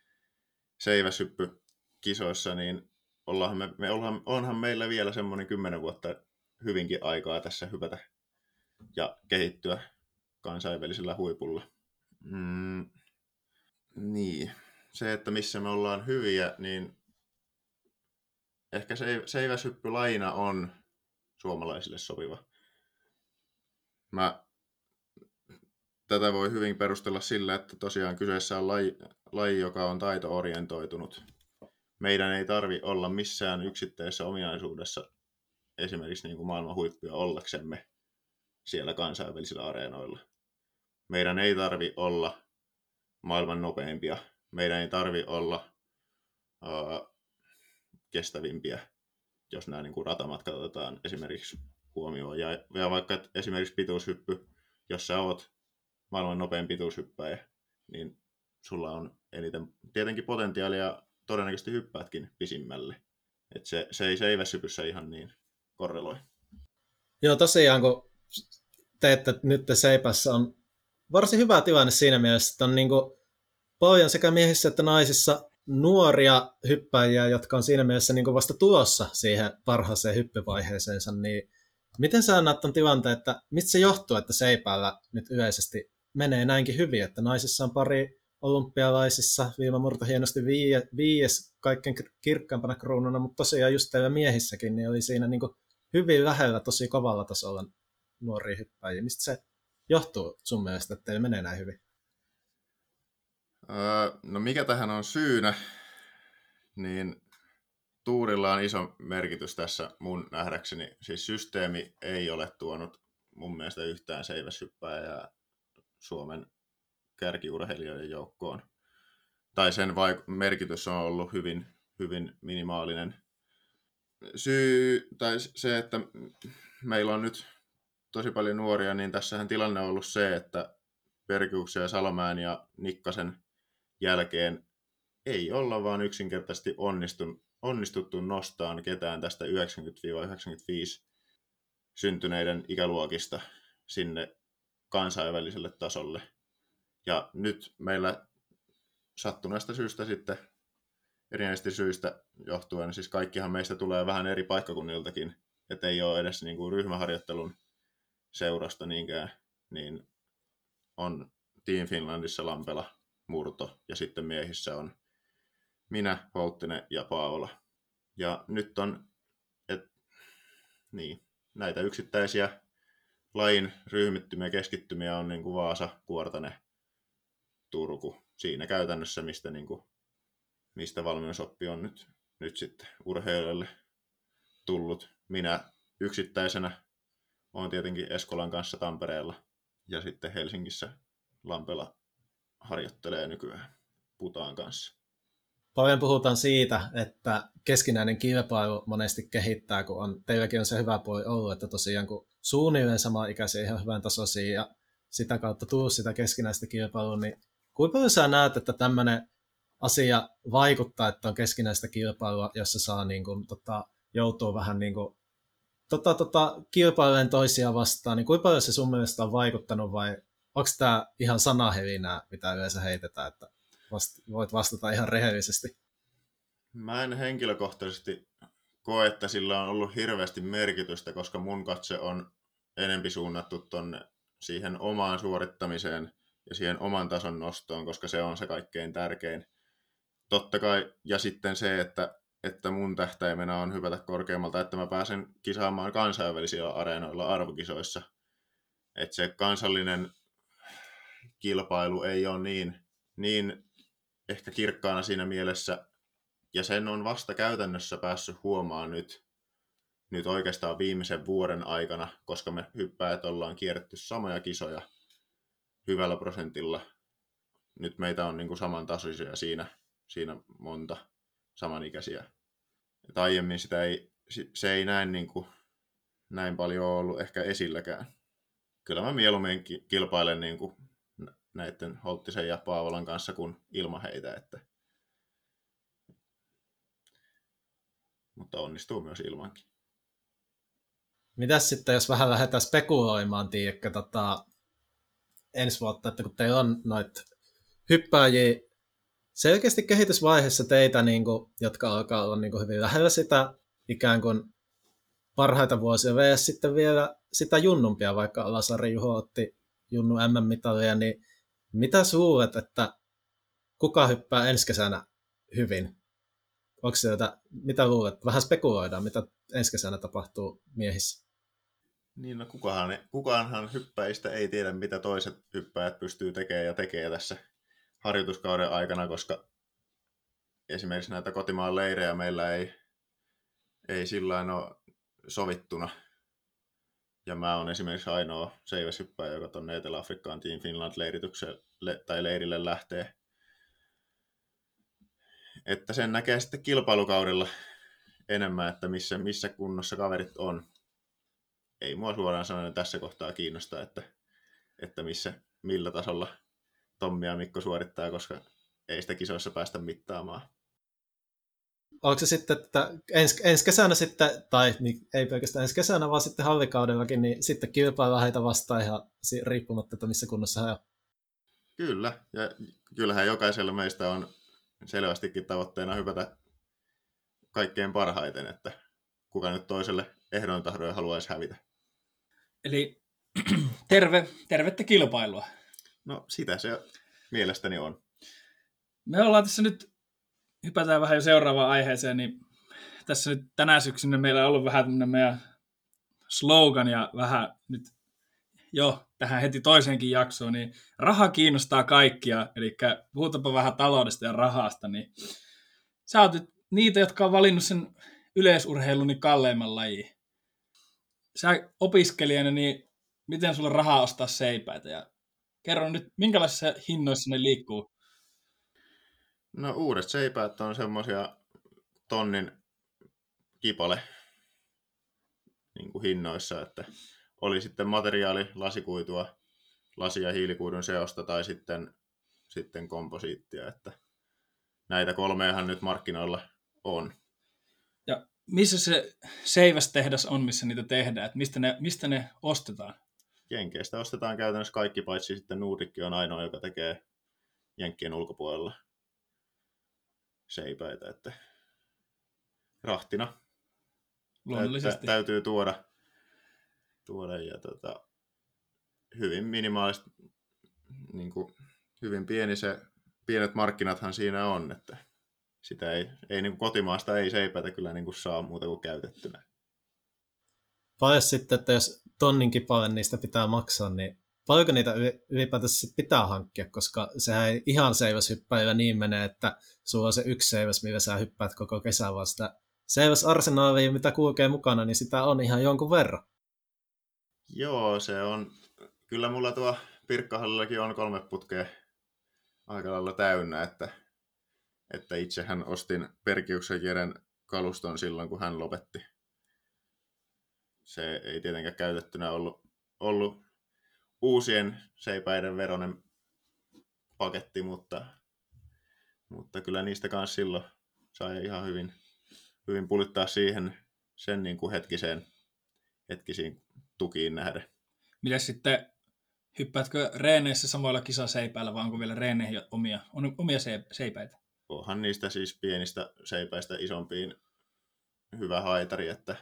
[SPEAKER 2] seiväshyppykisoissa, niin ollaan me, me ollaan, onhan meillä vielä semmoinen kymmenen vuotta hyvinkin aikaa tässä hypätä ja kehittyä kansainvälisellä huipulla. Mm, niin, se, että missä me ollaan hyviä, niin ehkä se, seiväshyppylajina on suomalaisille sopiva. Mä, tätä voi hyvin perustella sillä, että tosiaan kyseessä on laji, laji joka on taito-orientoitunut. Meidän ei tarvi olla missään yksittäisessä ominaisuudessa esimerkiksi niin kuin maailman huippuja ollaksemme siellä kansainvälisillä areenoilla. Meidän ei tarvi olla maailman nopeimpia. Meidän ei tarvi olla uh, kestävimpiä, jos nämä niin kuin ratamatkat otetaan esimerkiksi huomioon. Ja, ja vaikka esimerkiksi pituushyppy, jos sä oot maailman nopein pituushyppäjä, niin sulla on eniten tietenkin potentiaalia, todennäköisesti hyppäätkin pisimmälle. Et se, se ei seiväshypyssä ihan niin korreloi.
[SPEAKER 1] Joo, tosiaan kun teette nyt Seipässä on varsin hyvä tilanne siinä mielessä, että on niin kuin paljon sekä miehissä että naisissa nuoria hyppäjiä, jotka on siinä mielessä niin kuin vasta tulossa siihen parhaaseen hyppyvaiheeseensa, niin miten sä näet ton tilanteen, että mistä se johtuu, että Seipäällä nyt yleisesti menee näinkin hyvin, että naisissa on pari olympialaisissa, viime murto hienosti viies, viies kaikkein kirkkaimpana kruununa, mutta tosiaan just teillä miehissäkin, niin oli siinä niin kuin hyvin lähellä tosi kovalla tasolla nuoria hyppäjiä. Mistä se johtuu sun mielestä, että teillä menee näin hyvin?
[SPEAKER 2] Öö, no mikä tähän on syynä, niin tuurilla on iso merkitys tässä mun nähdäkseni. Siis systeemi ei ole tuonut mun mielestä yhtään seiväshyppääjää Suomen kärkiurheilijoiden joukkoon. Tai sen vaik- merkitys on ollut hyvin, hyvin minimaalinen. Syy, tai se, että meillä on nyt tosi paljon nuoria, niin tässähän tilanne on ollut se, että Perkiuksen ja Salomäen ja Nikkasen jälkeen ei olla vaan yksinkertaisesti onnistun, onnistuttu nostamaan ketään tästä yhdeksänkymmentä yhdeksänkymmentäviisi syntyneiden ikäluokista sinne kansainväliselle tasolle. Ja nyt meillä sattuneesta syystä sitten, erinäisistä syistä johtuen, siis kaikkihan meistä tulee vähän eri paikkakunniltakin, että ei ole edes niin kuin ryhmäharjoittelun seurasta niinkään, niin on Team Finlandissa Lampela, Murto ja sitten miehissä on minä, Holttinen ja Paavola. Ja nyt on et, niin, näitä yksittäisiä lajin ryhmittymiä keskittymiä on niin kuin Vaasa, Kuortane, Turku. Siinä käytännössä, mistä, niin kuin, mistä valmennusoppi on nyt, nyt sitten urheilijoille tullut. Minä yksittäisenä olen tietenkin Eskolan kanssa Tampereella ja sitten Helsingissä Lampela harjoittelee nykyään Putaan kanssa.
[SPEAKER 1] Paljon puhutaan siitä, että keskinäinen kilpailu monesti kehittää, kun on, teilläkin on se hyvä puoli ollut, että tosiaan kun suunnilleen samanikäisiä ihan hyvän tasoisia ja sitä kautta tullut sitä keskinäistä kilpailua, niin kuinka paljon sä näet, että tämmöinen asia vaikuttaa, että on keskinäistä kilpailua, jossa saa niin kuin, tota, joutua vähän niin kuin, tota, tota, kilpailemaan toisia vastaan, niin kuinka paljon se sun mielestä on vaikuttanut vai onko tämä ihan sanahelinää, mitä yleensä heitetään, että vast, voit vastata ihan rehellisesti?
[SPEAKER 2] Mä en henkilökohtaisesti koe, että sillä on ollut hirveästi merkitystä, koska mun katse on enempi suunnattu tonne siihen omaan suorittamiseen ja siihen oman tason nostoon, koska se on se kaikkein tärkein. Totta kai, ja sitten se, että, että mun tähtäimenä on hypätä korkeammalta, että mä pääsen kisaamaan kansainvälisillä areenoilla arvokisoissa. Että se kansallinen kilpailu ei ole niin, niin ehkä kirkkaana siinä mielessä, ja sen on vasta käytännössä päässyt huomaan nyt, nyt oikeastaan viimeisen vuoden aikana, koska me hyppäät ollaan kierretty samoja kisoja hyvällä prosentilla. Nyt meitä on niin kuin samantasoisia siinä, siinä monta samanikäisiä. Et aiemmin sitä ei, se ei näin, niin kuin, näin paljon ollut ehkä esilläkään. Kyllä mä mieluummin kilpailen niin kuin näiden Holttisen ja Paavolan kanssa kuin ilman heitä. Että... Mutta onnistuu myös ilmankin.
[SPEAKER 1] Mitäs sitten, jos vähän lähdetään spekuloimaan, tiedätkö, tota, ensi vuotta, että kun teillä on noita hyppääjiä selkeästi kehitysvaiheessa teitä, niin kuin, jotka alkaa olla niin kuin hyvin lähellä sitä ikään kuin parhaita vuosia, ja sitten vielä sitä junnumpia, vaikka Lasari Juho otti junnu M M-mitalia, niin mitä luulet, että kuka hyppää ensi kesänä hyvin? Onko sieltä, mitä luulet? Vähän spekuloidaan, mitä ensi kesänä tapahtuu miehissä.
[SPEAKER 2] Niin, no kukahan, kukaanhan hyppäistä ei tiedä, mitä toiset hyppäjät pystyy tekemään ja tekee tässä harjoituskauden aikana, koska esimerkiksi näitä kotimaan leirejä meillä ei, ei sillain ole sovittuna. Ja mä oon esimerkiksi ainoa seiväshyppäjä, joka tuonne Etelä-Afrikkaan Team Finland-leiritykselle tai leirille lähtee. Että sen näkee sitten kilpailukaudella enemmän, että missä, missä kunnossa kaverit on. Ei mua suoraan sanoen tässä kohtaa kiinnosta, että, että missä, millä tasolla Tommi ja Mikko suorittaa, koska ei sitä kisoissa päästä mittaamaan.
[SPEAKER 1] Onko se sitten, että ensi, ensi kesänä sitten, tai ei pelkästään ensi kesänä, vaan sitten halvikaudellakin, niin sitten kilpaillaan heitä vastaan ihan riippumatta, että missä kunnossa he on?
[SPEAKER 2] Kyllä, ja kyllähän jokaisella meistä on selvästikin tavoitteena hypätä kaikkein parhaiten, että kuka nyt toiselle ehdoin tahdoin haluaisi hävitä.
[SPEAKER 3] Eli terve, tervettä kilpailua.
[SPEAKER 2] No sitä se mielestäni on.
[SPEAKER 3] Me ollaan tässä nyt, hypätään vähän jo seuraavaan aiheeseen, niin tässä nyt tänä syksynä meillä on ollut vähän tämmöinen meidän slogan ja vähän nyt jo tähän heti toiseenkin jaksoon, niin raha kiinnostaa kaikkia, eli puhutaanpa vähän taloudesta ja rahasta, niin sä oot nyt niitä, jotka on valinnut sen yleisurheilun niin kalleimman lajiin. Sä opiskelijana, niin miten sulla on rahaa ostaa seipäitä? Ja kerro nyt, minkälaisissa hinnoissa ne liikkuu?
[SPEAKER 2] No uudet seipäät on semmoisia tonnin kipale niin kuin hinnoissa, että oli sitten materiaali, lasikuitua, lasi- ja hiilikuidun seosta tai sitten, sitten komposiittia, että näitä kolmeahan nyt markkinoilla on.
[SPEAKER 3] Ja missä se seivästehdas on, missä niitä tehdään? Että mistä, ne, mistä ne ostetaan?
[SPEAKER 2] Jenkeistä ostetaan käytännössä kaikki, paitsi sitten Nordic on ainoa, joka tekee Jenkkien ulkopuolella seipäitä, että rahtina
[SPEAKER 3] Luonnollisesti.
[SPEAKER 2] täytyy tuoda, tuoda ja tota, hyvin minimaalista, niin kuin, hyvin pieni se, pienet markkinathan siinä on, että sitä ei, ei niin kuin kotimaasta ei seipäitä kyllä niin kuin saa muuta kuin käytettynä.
[SPEAKER 1] Paljon sitten, että jos tonnin kipale niistä pitää maksaa, niin paljonko niitä ylipäätänsä pitää hankkia, koska sehän ei ihan seiväshyppäillä niin menee, että sulla on se yksi seiväs, millä sä hyppäät koko kesän, vaan sitä seiväsarsenaalia, mitä kulkee mukana, niin sitä on ihan jonkun verran.
[SPEAKER 2] Joo, se on. Kyllä mulla tuo Pirkkahallillakin on kolme putkea aika lailla täynnä, että, että itsehän ostin Perkiuksen Jeren kaluston silloin, kun hän lopetti. Se ei tietenkään käytettynä ollut, ollut uusien seipäiden veronen paketti, mutta, mutta kyllä niistä kanssa silloin sai ihan hyvin, hyvin pulittaa siihen sen niin kuin hetkiseen, hetkisiin tukiin nähden.
[SPEAKER 3] Mitäs sitten, hyppäätkö reeneissä samoilla kisaseipäillä, vai onko vielä reeneihin omia, on omia seipäitä?
[SPEAKER 2] Onhan niistä siis pienistä seipäistä isompiin hyvä haitari, että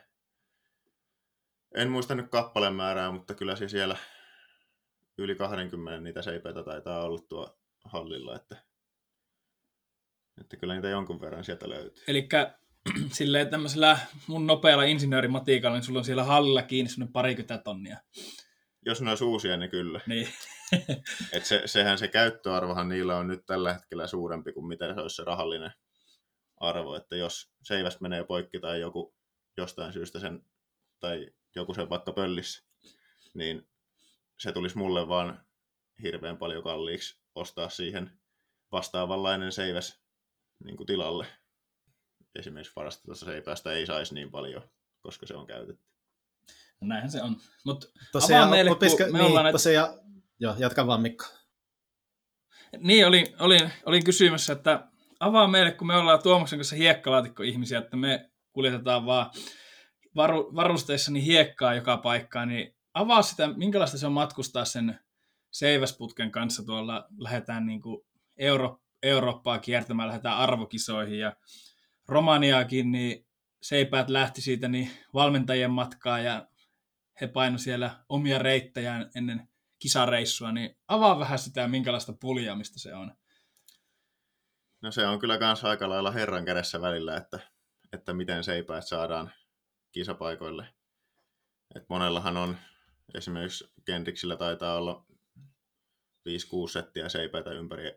[SPEAKER 2] en muista nyt kappaleen määrää, mutta kyllä se siellä yli kaksikymmentä niitä seipäitä taitaa olla tuo hallilla, että, että kyllä niitä jonkun verran sieltä löytyy.
[SPEAKER 3] Elikkä silleen tämmöisellä mun nopealla insinöörimatiikalla, niin sulla on siellä hallilla kiinni semmoinen parikymmentä tonnia.
[SPEAKER 2] Jos ne olisi uusia, niin kyllä.
[SPEAKER 3] Niin.
[SPEAKER 2] Et se, sehän se käyttöarvohan niillä on nyt tällä hetkellä suurempi kuin mitä se olisi se rahallinen arvo, että jos seiväs menee poikki tai joku jostain syystä sen, tai joku sen vaikka pöllissä, niin se tulisi mulle vaan hirveän paljon kalliiksi ostaa siihen vastaavanlainen seiväs niin kuin tilalle. Esimerkiksi varastetusta seipäästä ei saisi niin paljon, koska se on käytetty.
[SPEAKER 3] No näinhän se on. Mut
[SPEAKER 1] tosiaan,
[SPEAKER 3] avaa meille,
[SPEAKER 1] opiske-
[SPEAKER 3] kun me
[SPEAKER 1] niin,
[SPEAKER 3] ollaan näitä...
[SPEAKER 1] tosiaan, joo, jatka vaan Mikko.
[SPEAKER 3] Niin, olin, olin, olin kysymässä, että avaa meille, kun me ollaan Tuomaksen kanssa hiekkalaatikko-ihmisiä, että me kuljetetaan vaan varu, varusteissa niin hiekkaa joka paikkaan, niin avaa sitä, minkälaista se on matkustaa sen seiväsputken kanssa tuolla, lähdetään niin kuin Euro, Eurooppaa kiertämään, lähdetään arvokisoihin ja Romaniaakin, niin seipäät lähti siitä niin valmentajien matkaa ja he paino siellä omia reittejään ennen kisareissua, niin avaa vähän sitä, minkälaista puljaamista se on.
[SPEAKER 2] No se on kyllä kans aika lailla herran kädessä välillä, että, että miten seipäät saadaan kisapaikoille. Et monellahan on, esimerkiksi Kendricksillä taitaa olla viisi kuusi settiä seipäitä ympäri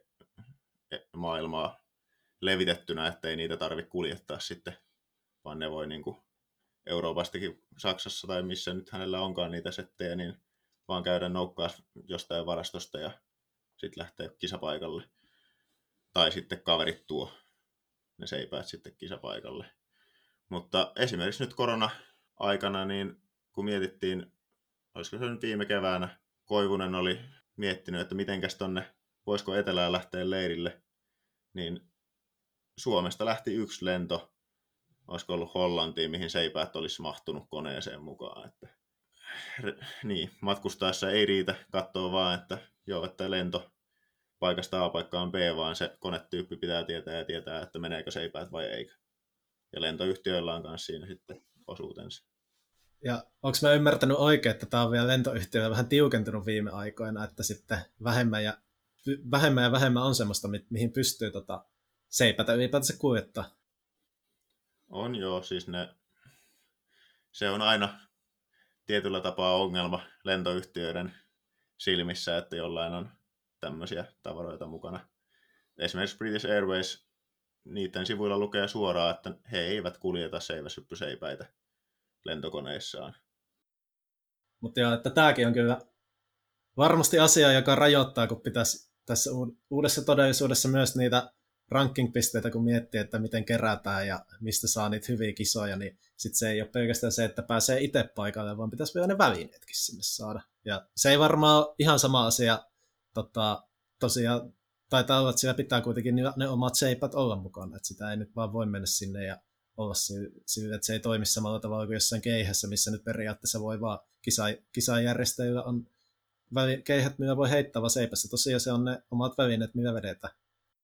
[SPEAKER 2] maailmaa levitettynä, ettei niitä tarvitse kuljettaa sitten, vaan ne voi niinku Euroopastakin, Saksassa tai missä nyt hänellä onkaan niitä settejä, niin vaan käydä noukkaa jostain varastosta ja sitten lähteä kisapaikalle. Tai sitten kaverit tuo ne seipäät sitten kisapaikalle. Mutta esimerkiksi nyt korona-aikana, niin kun mietittiin, olisiko se nyt viime keväänä, Koivunen oli miettinyt, että mitenkäs tonne, voisiko etelään lähteä leirille, niin Suomesta lähti yksi lento, olisiko ollut Hollantiin, mihin seipäät olisi mahtunut koneeseen mukaan. Että, niin, matkustaessa ei riitä katsoa vaan, että joo, että lento paikasta A paikkaan B, vaan se konetyyppi pitää tietää ja tietää, että meneekö seipäät vai eikö. Ja lentoyhtiöillä on myös siinä sitten osuutensa.
[SPEAKER 1] Ja onko mä ymmärtänyt oikein, että tämä on vielä lentoyhtiöillä vähän tiukentunut viime aikoina, että sitten vähemmän ja vähemmän, ja vähemmän on semmoista, mihin pystyy tota seipätä ylipäätänsä kuljettaa?
[SPEAKER 2] On joo, siis ne, se on aina tietyllä tapaa ongelma lentoyhtiöiden silmissä, että jollain on tämmöisiä tavaroita mukana. Esimerkiksi British Airways, niiden sivuilla lukee suoraan, että he eivät kuljeta seiväshyppyseipäitä lentokoneissaan.
[SPEAKER 1] Mutta joo, että tämäkin on kyllä varmasti asia, joka rajoittaa, kun pitäisi tässä uudessa todellisuudessa myös niitä ranking-pisteitä, kun miettii, että miten kerätään ja mistä saa niitä hyviä kisoja, niin sitten se ei ole pelkästään se, että pääsee itse paikalle, vaan pitäisi vielä ne välineetkin sinne saada. Ja se ei varmaan ole ihan sama asia, tota, tosiaan taitaa olla, että siellä pitää kuitenkin ne omat seipät olla mukana, että sitä ei nyt vaan voi mennä sinne ja olla sillä, että se ei toimi samalla tavalla kuin jossain keihässä, missä nyt periaatteessa voi vaan kisa, kisajärjestäjillä on väli, keihät, millä voi heittää vaan seipässä. Tosiaan se on ne omat välineet, millä vedetään.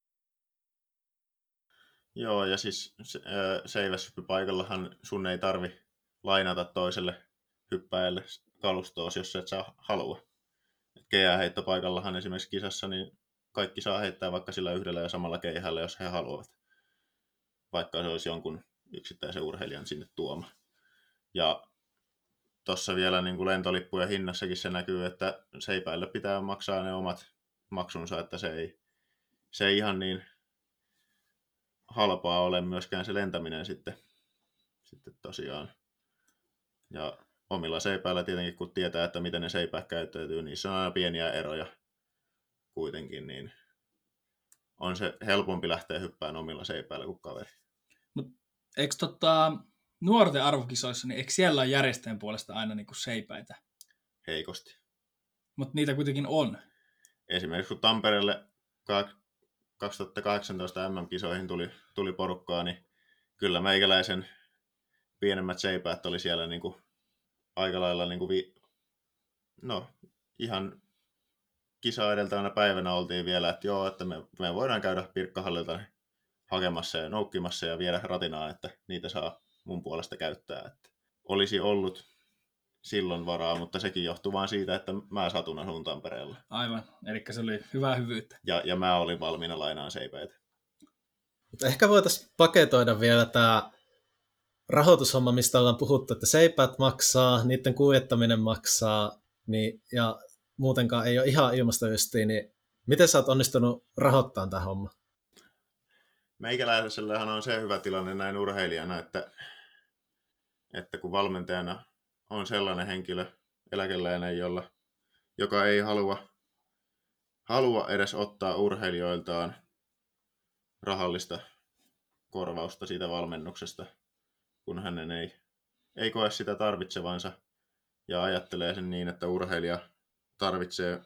[SPEAKER 2] Joo, ja siis se, seiväshyppypaikallahan sun ei tarvi lainata toiselle hyppäjälle kalustoa, jos et saa halua. Keihäheittopaikallahan esimerkiksi kisassa niin kaikki saa heittää vaikka sillä yhdellä ja samalla keihällä, jos he haluavat. Vaikka se olisi jonkun yksittäisen urheilijan sinne tuoma. Ja tuossa vielä niin kuin lentolippujen hinnassakin se näkyy, että seipäille pitää maksaa ne omat maksunsa, että se ei, se ei ihan niin halpaa ole myöskään se lentäminen sitten, sitten tosiaan. Ja omilla seipäillä tietenkin, kun tietää, että miten ne seipäät käyttäytyy, niissä on aina pieniä eroja kuitenkin, niin on se helpompi lähteä hyppään omilla seipäillä kuin kaveri.
[SPEAKER 3] Mut eikö tota, nuorten arvokisoissa, niin eikö siellä ole järjestäjän puolesta aina niinku seipäitä?
[SPEAKER 2] Heikosti.
[SPEAKER 3] Mutta niitä kuitenkin on.
[SPEAKER 2] Esimerkiksi kun Tampereelle kaksituhattakahdeksantoista M M-kisoihin tuli, tuli porukkaa, niin kyllä meikäläisen pienemmät seipäät oli siellä niin kuin aika lailla niin kuin vi... no, ihan kisaa edeltävänä päivänä oltiin vielä, että joo, että me, me voidaan käydä Pirkkahallilta hakemassa ja noukkimassa ja viedä ratinaa, että niitä saa mun puolesta käyttää. Että olisi ollut silloin varaa, mutta sekin johtuu vaan siitä, että mä satun asun Tampereella.
[SPEAKER 3] Aivan, eli se oli hyvää hyvyyttä.
[SPEAKER 2] Ja, ja mä olin valmiina lainaan seipäitä.
[SPEAKER 1] Mutta ehkä voitaisiin paketoida vielä tämä rahoitushomma, mistä ollaan puhuttu, että seipäät maksaa, niiden kuljettaminen maksaa, niin, ja muutenkaan ei ole ihan ilmastoystiä, niin miten sä oot onnistunut rahoittamaan tämä homma?
[SPEAKER 2] Meikäläisellähän on se hyvä tilanne näin urheilijana, että, että kun valmentajana on sellainen henkilö, eläkeläinen, jolla, joka ei halua, halua edes ottaa urheilijoiltaan rahallista korvausta siitä valmennuksesta, kun hänen ei, ei koe sitä tarvitsevansa ja ajattelee sen niin, että urheilija tarvitsee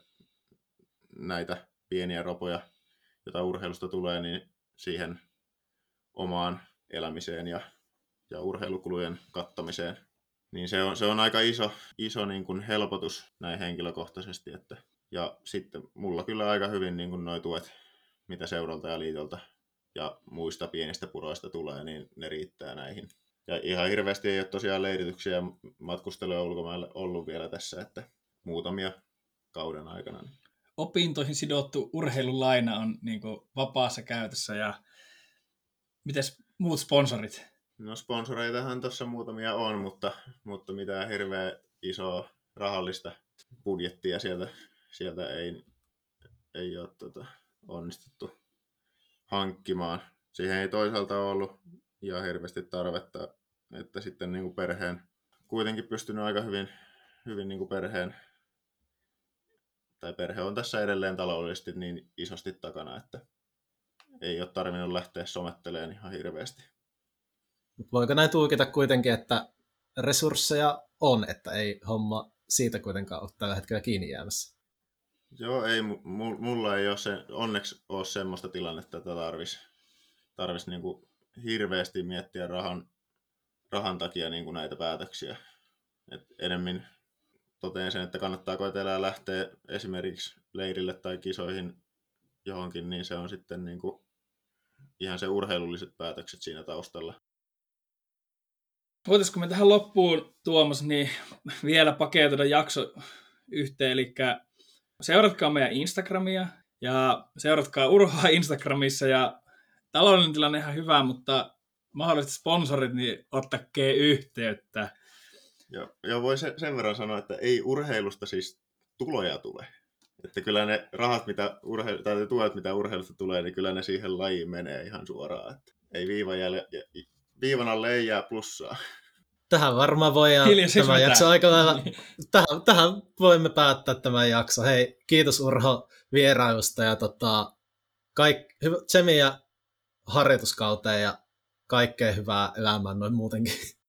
[SPEAKER 2] näitä pieniä ropoja, joita urheilusta tulee, niin siihen omaan elämiseen ja, ja urheilukulujen kattamiseen. Niin se on, se on aika iso, iso niin kuin helpotus näin henkilökohtaisesti. Että, ja sitten mulla kyllä aika hyvin niin kuin noi tuet, mitä seuralta ja liitolta ja muista pienistä puroista tulee, niin ne riittää näihin. Ja ihan hirveästi ei ole tosiaan leirityksiä ja matkusteluja ulkomaille ollut vielä tässä, että muutamia kauden aikana.
[SPEAKER 3] Opintoihin sidottu urheilulaina on niin kuin vapaassa käytössä ja mites muut sponsorit?
[SPEAKER 2] No sponsoreitahan tuossa muutamia on, mutta, mutta mitään hirveän isoa rahallista budjettia sieltä, sieltä ei, ei ole tota, onnistuttu hankkimaan. Siihen ei toisaalta ollut ihan hirveästi tarvetta, että sitten niin kuin perheen, kuitenkin pystynyt aika hyvin, hyvin niin kuin perheen, tai perhe on tässä edelleen taloudellisesti niin isosti takana, että ei ole tarvinnut lähteä somettelemaan ihan hirveästi.
[SPEAKER 1] Voiko näin tulkita kuitenkin, että resursseja on, että ei homma siitä kuitenkaan ole tällä hetkellä kiinni jäämässä?
[SPEAKER 2] Joo, ei, mulla ei ole se, onneksi ole semmoista tilannetta, että tarvitsisi tarvis niinku hirveästi miettiä rahan, rahan takia niinku näitä päätöksiä. Et enemmän totean sen, että kannattaa koetella lähteä esimerkiksi leirille tai kisoihin johonkin, niin se on sitten niinku ihan se urheilulliset päätökset siinä taustalla.
[SPEAKER 3] Voitaisiko me tähän loppuun, Tuomas, niin vielä paketoida jakso yhteen, eli seuratkaa meidän Instagramia ja seuratkaa Urhoa Instagramissa ja taloudellinen tilanne on ihan hyvä, mutta mahdollisesti sponsorit, niin ottakee yhteyttä.
[SPEAKER 2] Joo, joo voi sen, sen verran sanoa, että ei urheilusta siis tuloja tule. Että kyllä ne rahat, mitä urheilu, tai tuet, mitä urheilusta tulee, niin kyllä ne siihen lajiin menee ihan suoraan. Että ei viivan, jäl... viivan alle ei jää plussaa.
[SPEAKER 1] Tähän varmaan voidaan tämä jakso aika lailla, tähän, tähän voimme päättää tämän jakso. Hei, kiitos Urho vierailusta ja tota, kaik, hyvä, tsemiä harjoituskauteen ja kaikkea hyvää elämää noin muutenkin.